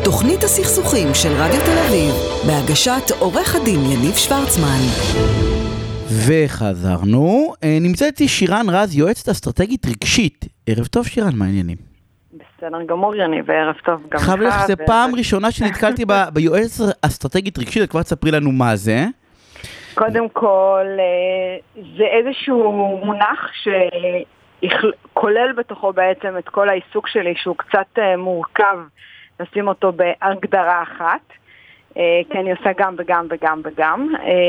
תוכנית הסכסוכים של רדיו תל אביב, בהגשת עורך הדין יניב שוורצמן. וחזרנו, נמצאת איתי שירן רז, יועצת אסטרטגית רגשית. ערב טוב שירן, מה העניינים? בסדר גמור יניב, וערב טוב גם לך. חייב לך, זה פעם ראשונה שנתקלתי ביועצת אסטרטגית רגשית, כבר תספרי לנו מה זה. קודם כל, זה איזשהו מונח שכולל בתוכו בעצם את כל העיסוק שלי, שהוא קצת מורכב לשים אותו בהגדרה אחת, כי אני עושה גם וגם וגם וגם,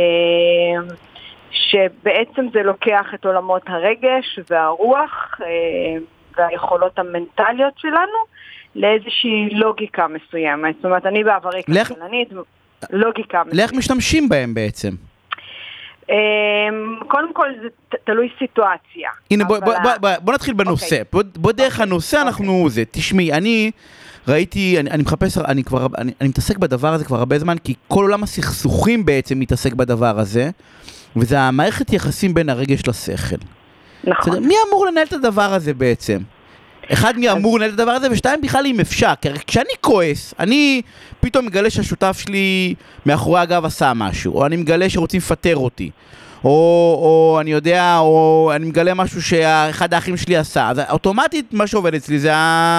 שבעצם זה לוקח את עולמות הרגש והרוח והיכולות המנטליות שלנו לאיזושהי לוגיקה מסוימת. זאת אומרת, אני בעברי כלכלנית, לוגיקה מסוימת. לאיך משתמשים בהם בעצם? קודם כל זה תלוי סיטואציה. הנה בוא נתחיל בנושא. בוא דרך הנושא אנחנו זה. תשמעי, אני ראיתי, אני מחפש, אני מתעסק בדבר הזה כבר הרבה זמן, כי כל עולם הסכסוכים בעצם מתעסק בדבר הזה, וזה המערכת יחסים בין הרגש לשכל. נכון. מי אמור לנהל את הדבר הזה בעצם? אחד, מי אמור לנהל את הדבר הזה, ושתיים, בכלל אם אפשר. כי כשאני כועס, אני פתאום מגלה שהשותף שלי מאחורי הגב עשה משהו, או אני מגלה שרוצים לפטר אותי, או אני יודע, או אני מגלה משהו שאחד האחים שלי עשה. אז אוטומטית מה שעובד אצלי זה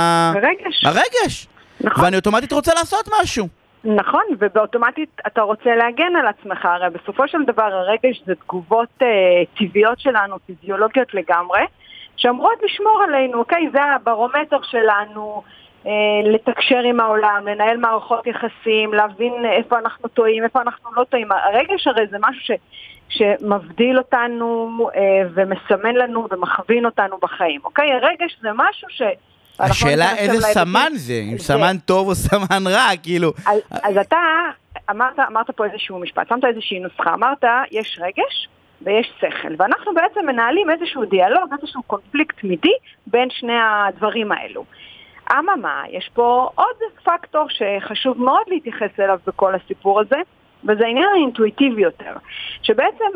הרגש. נכון. ואני אוטומטית רוצה לעשות משהו. נכון, ובאוטומטית אתה רוצה להגן על עצמך, הרי בסופו של דבר הרגש זה תגובות טבעיות שלנו, פיזיולוגיות לגמרי, שאמרות לשמור עלינו, אוקיי? זה הברומטר שלנו, לתקשר עם העולם, לנהל מערכות יחסים, להבין איפה אנחנו טועים, איפה אנחנו לא טועים. הרגש הרי זה משהו שמבדיל אותנו ומסמן לנו ומכווין אותנו בחיים, אוקיי? הרגש זה משהו השאלה איזה סמן זה, אם סמן טוב או סמן רע, כאילו. אז אתה אמרת פה איזשהו משפט, שמת איזושהי נוסחה, אמרת יש רגש ויש שכל, ואנחנו בעצם מנהלים איזשהו דיאלוג, איזשהו קונפליקט תמידי בין שני הדברים האלו. אממה, יש פה עוד פקטור שחשוב מאוד להתייחס אליו בכל הסיפור הזה, וזה העניין האינטואיטיבי יותר, שבעצם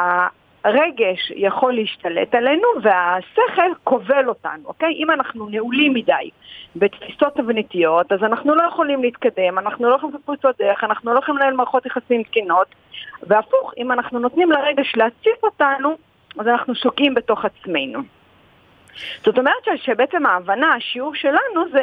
הרגש יכול להשתלט עלינו והשכל כובל אותנו, אוקיי? אם אנחנו נעולים מדי בתפיסות תבניתיות, אז אנחנו לא יכולים להתקדם, אנחנו לא יכולים לעשות פריצות דרך, אנחנו לא יכולים לנהל מערכות יחסים תקינות, והפוך, אם אנחנו נותנים לרגש להציף אותנו, אז אנחנו שוקעים בתוך עצמנו. זאת אומרת שבעצם ההבנה, השיעור שלנו זה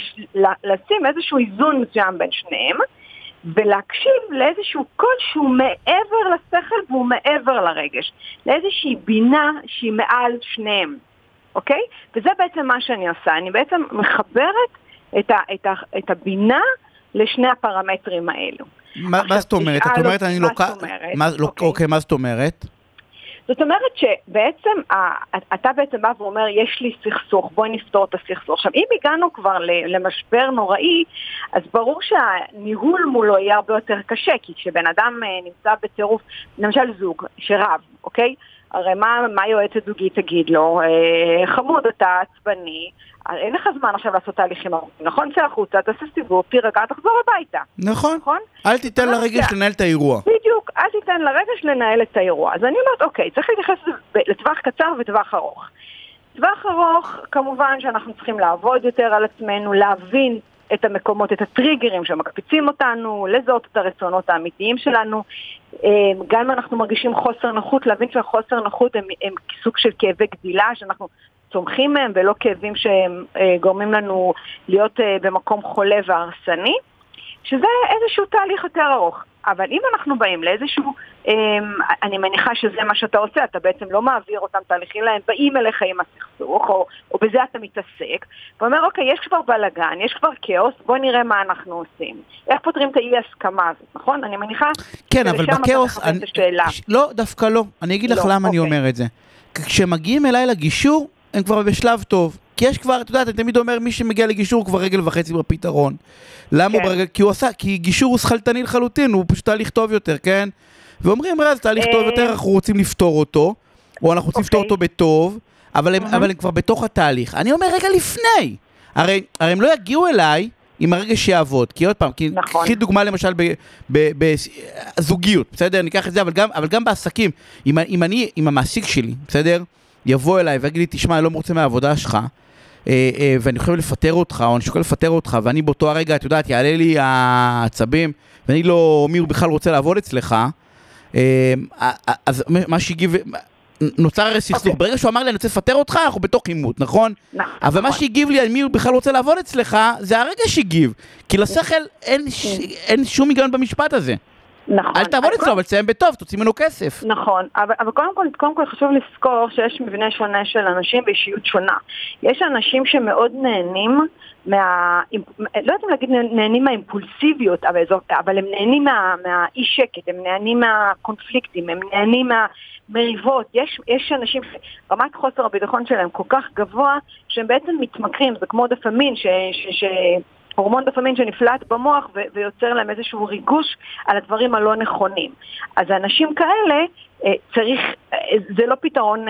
לשים איזשהו איזון מסוים בין שניהם, ולהקשיב לאיזשהו קול שהוא מעבר לשכל והוא מעבר לרגש, לאיזושהי בינה שהיא מעל שניהם, אוקיי? וזה בעצם מה שאני עושה, אני בעצם מחברת את הבינה לשני הפרמטרים האלו. מה זאת אומרת? את אומרת אני אוקיי, מה זאת אומרת? זאת אומרת שבעצם אתה בעצם בא ואומר יש לי סכסוך, בואי נפתור את הסכסוך. עכשיו אם הגענו כבר למשבר נוראי, אז ברור שהניהול מולו יהיה הרבה יותר קשה, כי כשבן אדם נמצא בטירוף, למשל זוג שרב, אוקיי? הרי מה יועצת זוגי תגיד לו? חמוד, אתה עצבני, אין לך זמן עכשיו לעשות תהליכים ארוכים, נכון? צא החוצה, תעשה סיבוב, תירגע, תחזור הביתה. נכון. אל תיתן לרגש לנהל את האירוע. בדיוק, אל תיתן לרגש לנהל את האירוע. אז אני אומרת, אוקיי, צריך להתייחס לטווח קצר וטווח ארוך. טווח ארוך, כמובן שאנחנו צריכים לעבוד יותר על עצמנו, להבין את המקומות, את הטריגרים שמקפיצים אותנו, לזהות את הרצונות האמיתיים שלנו. גם אם אנחנו מרגישים חוסר נוחות, להבין שהחוסר נוחות הם סוג של כאבי גדילה, שאנחנו צומחים מהם, ולא כאבים שהם גורמים לנו להיות במקום חולה והרסני, שזה איזשהו תהליך יותר ארוך. אבל אם אנחנו באים לאיזשהו, אני מניחה שזה מה שאתה עושה, אתה בעצם לא מעביר אותם תהליכים להם, באים אליך עם הסכסוך, או בזה אתה מתעסק, ואומר, אוקיי, יש כבר בלגן, יש כבר כאוס, בוא נראה מה אנחנו עושים. איך פותרים את האי הסכמה הזאת, נכון? אני מניחה... כן, אבל בכאוס... לא, דווקא לא. אני אגיד לך למה אני אומר את זה. כשמגיעים אליי לגישור, הם כבר בשלב טוב. כי יש כבר, אתה יודעת, אני תמיד אומר, מי שמגיע לגישור הוא כבר רגל וחצי בפתרון. למה הוא ברגל? כי גישור הוא שכלתני לחלוטין, הוא פשוט תהליך טוב יותר, כן? ואומרים, רז, תהליך טוב יותר, אנחנו רוצים לפתור אותו, או אנחנו רוצים לפתור אותו בטוב, אבל הם כבר בתוך התהליך. אני אומר, רגע לפני. הרי הם לא יגיעו אליי עם הרגע שיעבוד, כי עוד פעם, קחי דוגמה למשל בזוגיות, בסדר? ניקח את זה, אבל גם בעסקים, אם המעסיק שלי, בסדר? יבוא אליי ויגיד לי, תשמע, אני לא מרוצה מהעבודה שלך, ואני חושב לפטר אותך, או אני שוקל לפטר אותך, ואני באותו הרגע, את יודעת, יעלה לי העצבים, ואני לא, מי הוא בכלל רוצה לעבוד אצלך, אז מה שהגיב, נוצר הרי סכסוך. ברגע שהוא אמר לי, אני רוצה לפטר אותך, אנחנו בתוך עימות, נכון? אבל מה שהגיב לי על מי הוא בכלל רוצה לעבוד אצלך, זה הרגע שהגיב. כי לשכל אין שום היגיון במשפט הזה. נכון. אל תעבוד אצלו, אבל תסיים בטוב, תוציא ממנו כסף. נכון, אבל קודם כל חשוב לזכור שיש מבנה שונה של אנשים באישיות שונה. יש אנשים שמאוד נהנים לא יודעים להגיד נהנים מהאימפולסיביות, אבל הם נהנים מהאי שקט, הם נהנים מהקונפליקטים, הם נהנים מהמריבות. יש אנשים שרמת חוסר הביטחון שלהם כל כך גבוה, שהם בעצם מתמכרים, זה כמו דופמין, הורמון דופמין שנפלט במוח ויוצר להם איזשהו ריגוש על הדברים הלא נכונים. אז האנשים כאלה צריך, זה לא פתרון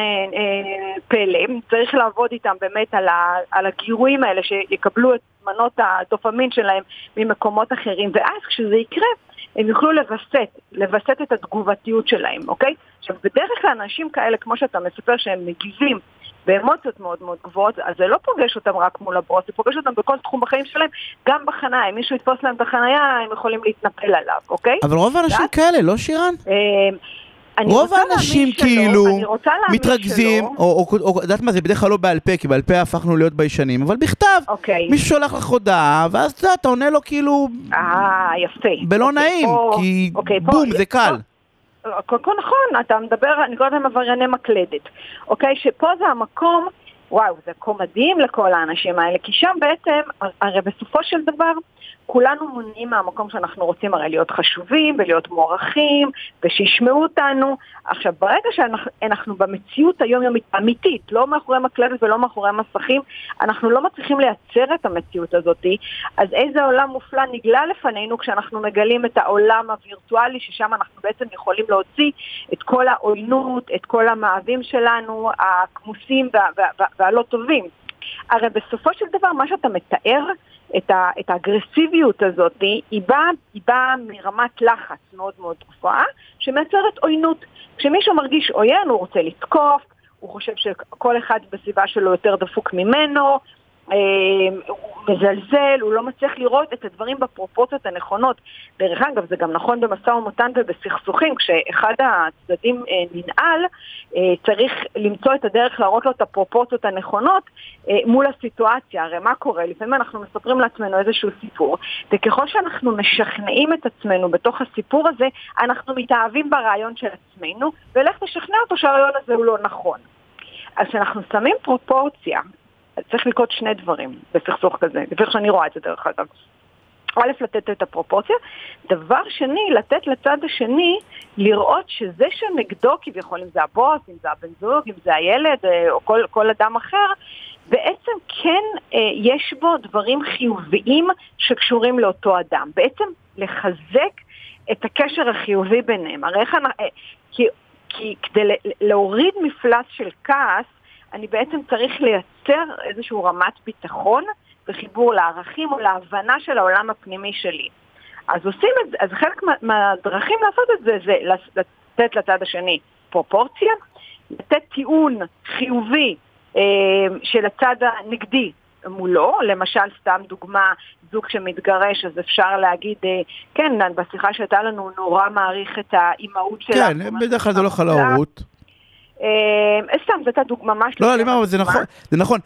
פלא, צריך לעבוד איתם באמת על הגירויים האלה שיקבלו את מנות הדופמין שלהם ממקומות אחרים, ואז כשזה יקרה הם יוכלו לווסת את התגובתיות שלהם, אוקיי? עכשיו בדרך כלל אנשים כאלה, כמו שאתה מספר שהם מגיבים באמוציות מאוד מאוד גבוהות, אז זה לא פוגש אותם רק מול הבוס, זה פוגש אותם בכל תחום בחיים שלהם, גם בחניה, אם מישהו יתפוס להם את החניה, הם יכולים להתנפל עליו, אוקיי? אבל רוב האנשים כאלה, לא שירן? רוב האנשים כאילו מתרכזים, או יודעת מה, זה בדרך כלל לא בעל פה, כי בעל פה הפכנו להיות ביישנים, אבל בכתב, מישהו שולח לך הודעה, ואז אתה עונה לו כאילו, יפה. בלא נעים, כי בום, זה קל. נכון, אתה מדבר, אני קוראת להם עברייני מקלדת, אוקיי? שפה זה המקום, וואו, זה מקום מדהים לכל האנשים האלה, כי שם בעצם, הרי בסופו של דבר, כולנו מונעים מהמקום שאנחנו רוצים הרי להיות חשובים ולהיות מוערכים ושישמעו אותנו. עכשיו, ברגע שאנחנו במציאות היומיומית אמיתית, לא מאחורי מקלדת ולא מאחורי מסכים, אנחנו לא מצליחים לייצר את המציאות הזאת, אז איזה עולם מופלא נגלה לפנינו כשאנחנו מגלים את העולם הווירטואלי, ששם אנחנו בעצם יכולים להוציא את כל העוינות, את כל המאהבים שלנו, הכמוסים והלא טובים. הרי בסופו של דבר, מה שאתה מתאר, את האגרסיביות הזאת, היא באה מרמת לחץ מאוד מאוד גבוהה, שמייצרת עוינות. כשמישהו מרגיש עוין, הוא רוצה לתקוף, הוא חושב שכל אחד בסביבה שלו יותר דפוק ממנו, הוא מזלזל, הוא לא מצליח לראות את הדברים בפרופורציות הנכונות. דרך אגב, זה גם נכון במשא ומתן ובסכסוכים, כשאחד הצדדים ננעל, צריך למצוא את הדרך להראות לו את הפרופורציות הנכונות מול הסיטואציה. הרי מה קורה? לפעמים אנחנו מספרים לעצמנו איזשהו סיפור, וככל שאנחנו משכנעים את עצמנו בתוך הסיפור הזה, אנחנו מתאהבים ברעיון של עצמנו, ולך תשכנע אותו שהרעיון הזה הוא לא נכון. אז כשאנחנו שמים פרופורציה, צריך לקרות שני דברים בסכסוך כזה, לפי שאני רואה את זה דרך אגב. א', לתת את הפרופורציה, דבר שני, לתת לצד השני לראות שזה שנגדו כביכול, אם זה הבוס, אם זה הבן זוג, אם זה הילד או כל אדם אחר, בעצם כן יש בו דברים חיוביים שקשורים לאותו אדם. בעצם לחזק את הקשר החיובי ביניהם. הרי כי כדי להוריד מפלס של כעס, אני בעצם צריך לייצר איזשהו רמת ביטחון וחיבור לערכים או להבנה של העולם הפנימי שלי. אז עושים את זה, אז חלק מהדרכים לעשות את זה, זה לתת לצד השני פרופורציה, לתת טיעון חיובי של הצד הנגדי מולו, למשל סתם דוגמה, זוג שמתגרש, אז אפשר להגיד, כן, בשיחה שהייתה לנו נורא מעריך את האימהות שלה. כן, בדרך כלל זה לא חלאות. סתם, זאת הדוגמה ממש לא, זה נכון,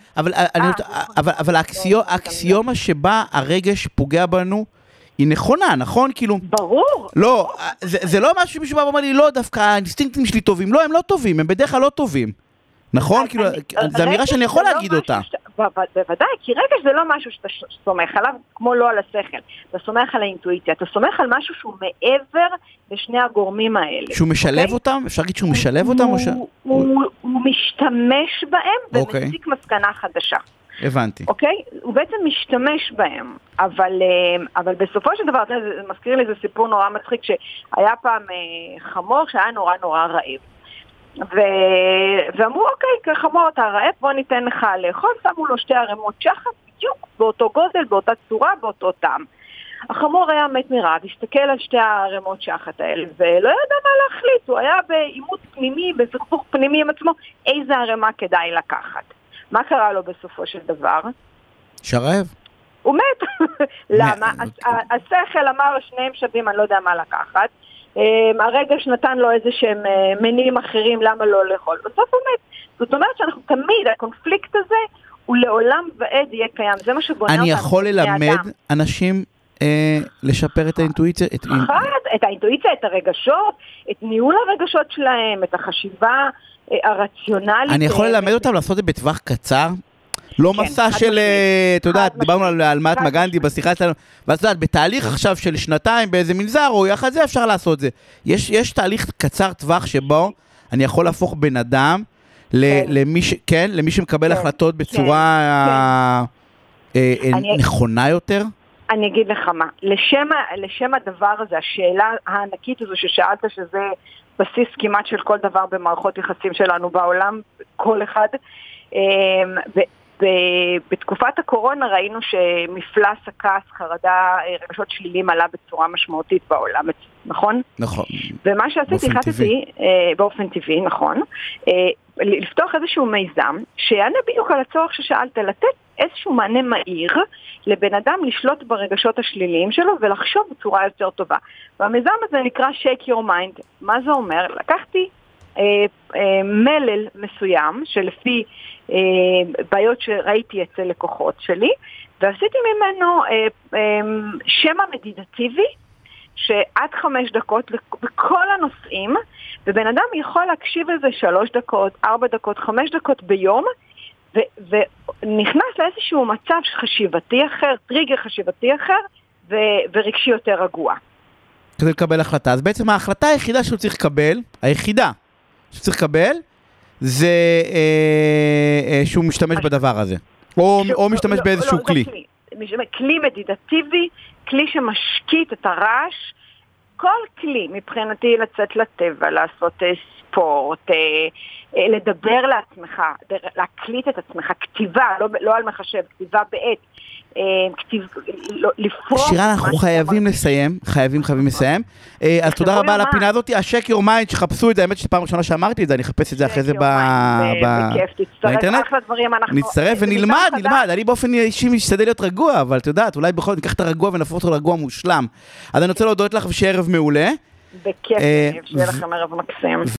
אבל האקסיומה שבה הרגש פוגע בנו היא נכונה, נכון? כאילו... ברור. לא, זה לא משהו שמישהו בא ואומר לי, לא, דווקא האינסטינקטים שלי טובים. לא, הם לא טובים, הם בדרך כלל לא טובים. נכון? כאילו, זו אמירה שאני יכול להגיד אותה. בוודאי, כי רגש זה לא משהו שאתה סומך עליו, כמו לא על השכל. אתה סומך על האינטואיציה, אתה סומך על משהו שהוא מעבר לשני הגורמים האלה. שהוא משלב אותם? אפשר להגיד שהוא משלב אותם? הוא משתמש בהם ומסיק מסקנה חדשה. הבנתי. אוקיי? הוא בעצם משתמש בהם, אבל בסופו של דבר, זה מזכיר לי, זה סיפור נורא מצחיק, שהיה פעם חמור שהיה נורא נורא רעב. ואמרו, אוקיי, חמור אתה רעב, בוא ניתן לך לאכול, שמו לו 2 ערימות שחת, בדיוק באותו גודל, באותה צורה, באותו טעם. החמור היה מת מרעב, הסתכל על 2 ערימות שחת האלה, ולא ידע מה להחליט, הוא היה בעימות פנימי, בסכסוך פנימי עם עצמו, איזה ערימה כדאי לקחת. מה קרה לו בסופו של דבר? שרעב. הוא מת. למה? השכל אמר שניהם שווים, אני לא יודע מה לקחת. הרגש נתן לו איזה שהם מניעים אחרים, למה לא לאכול. בסוף הוא מת. זאת אומרת שאנחנו תמיד, הקונפליקט הזה הוא לעולם ועד יהיה קיים. זה מה שבונה אותנו. אני יכול ללמד אנשים לשפר את האינטואיציה? את האינטואיציה, את הרגשות, את ניהול הרגשות שלהם, את החשיבה הרציונלית. אני יכול ללמד אותם לעשות את זה בטווח קצר? לא מסע של, אתה יודעת, דיברנו על מהטמה גנדי בשיחה שלנו, ואת יודעת, בתהליך עכשיו של שנתיים באיזה מנזר, או יחד זה אפשר לעשות את זה. יש תהליך קצר טווח שבו אני יכול להפוך בן אדם למי שמקבל החלטות בצורה נכונה יותר? אני אגיד לך מה, לשם הדבר הזה, השאלה הענקית הזו ששאלת, שזה בסיס כמעט של כל דבר במערכות יחסים שלנו בעולם, כל אחד, בתקופת הקורונה ראינו שמפלס הכעס, חרדה, רגשות שליליים עלה בצורה משמעותית בעולם, נכון? נכון. ומה שעשיתי, החלטתי, באופן טבעי, נכון, לפתוח איזשהו מיזם, שיענה בדיוק על הצורך ששאלת, לתת איזשהו מענה מהיר לבן אדם לשלוט ברגשות השליליים שלו ולחשוב בצורה יותר טובה. והמיזם הזה נקרא Shake Your Mind. מה זה אומר? לקחתי מלל מסוים שלפי בעיות שראיתי אצל לקוחות שלי, ועשיתי ממנו שמה מדיטטיבי שעד 5 דקות בכל הנושאים, ובן אדם יכול להקשיב לזה 3 דקות, 4 דקות, 5 דקות ביום, ונכנס לאיזשהו מצב חשיבתי אחר, טריגר חשיבתי אחר, ורגשי יותר רגוע. כדי לקבל החלטה. אז בעצם ההחלטה היחידה שהוא צריך לקבל, זה שהוא משתמש בדבר הזה. או משתמש באיזשהו כלי. כלי מדיטטיבי, כלי שמשקיט את הרעש, כל כלי מבחינתי לצאת לטבע, לעשות ספורט, לדבר לעצמך, להקליט את עצמך, כתיבה, לא על מחשב, כתיבה בעת, שירה, אנחנו חייבים לסיים, חייבים לסיים. אז תודה רבה על הפינה הזאת, השק יור מיינד, שחפשו את זה, האמת שפעם ראשונה שאמרתי את זה, אני אחפש את זה אחרי זה באינטרנט. נצטרף ונלמד, אני באופן אישי משתדל להיות רגוע, אבל אתה יודעת, אולי בכל זאת ניקח את הרגוע ונפוך אותו רגוע מושלם. אז אני רוצה להודות לך ושערב מעולה. בכיף, שיהיה לכם ערב מקסים.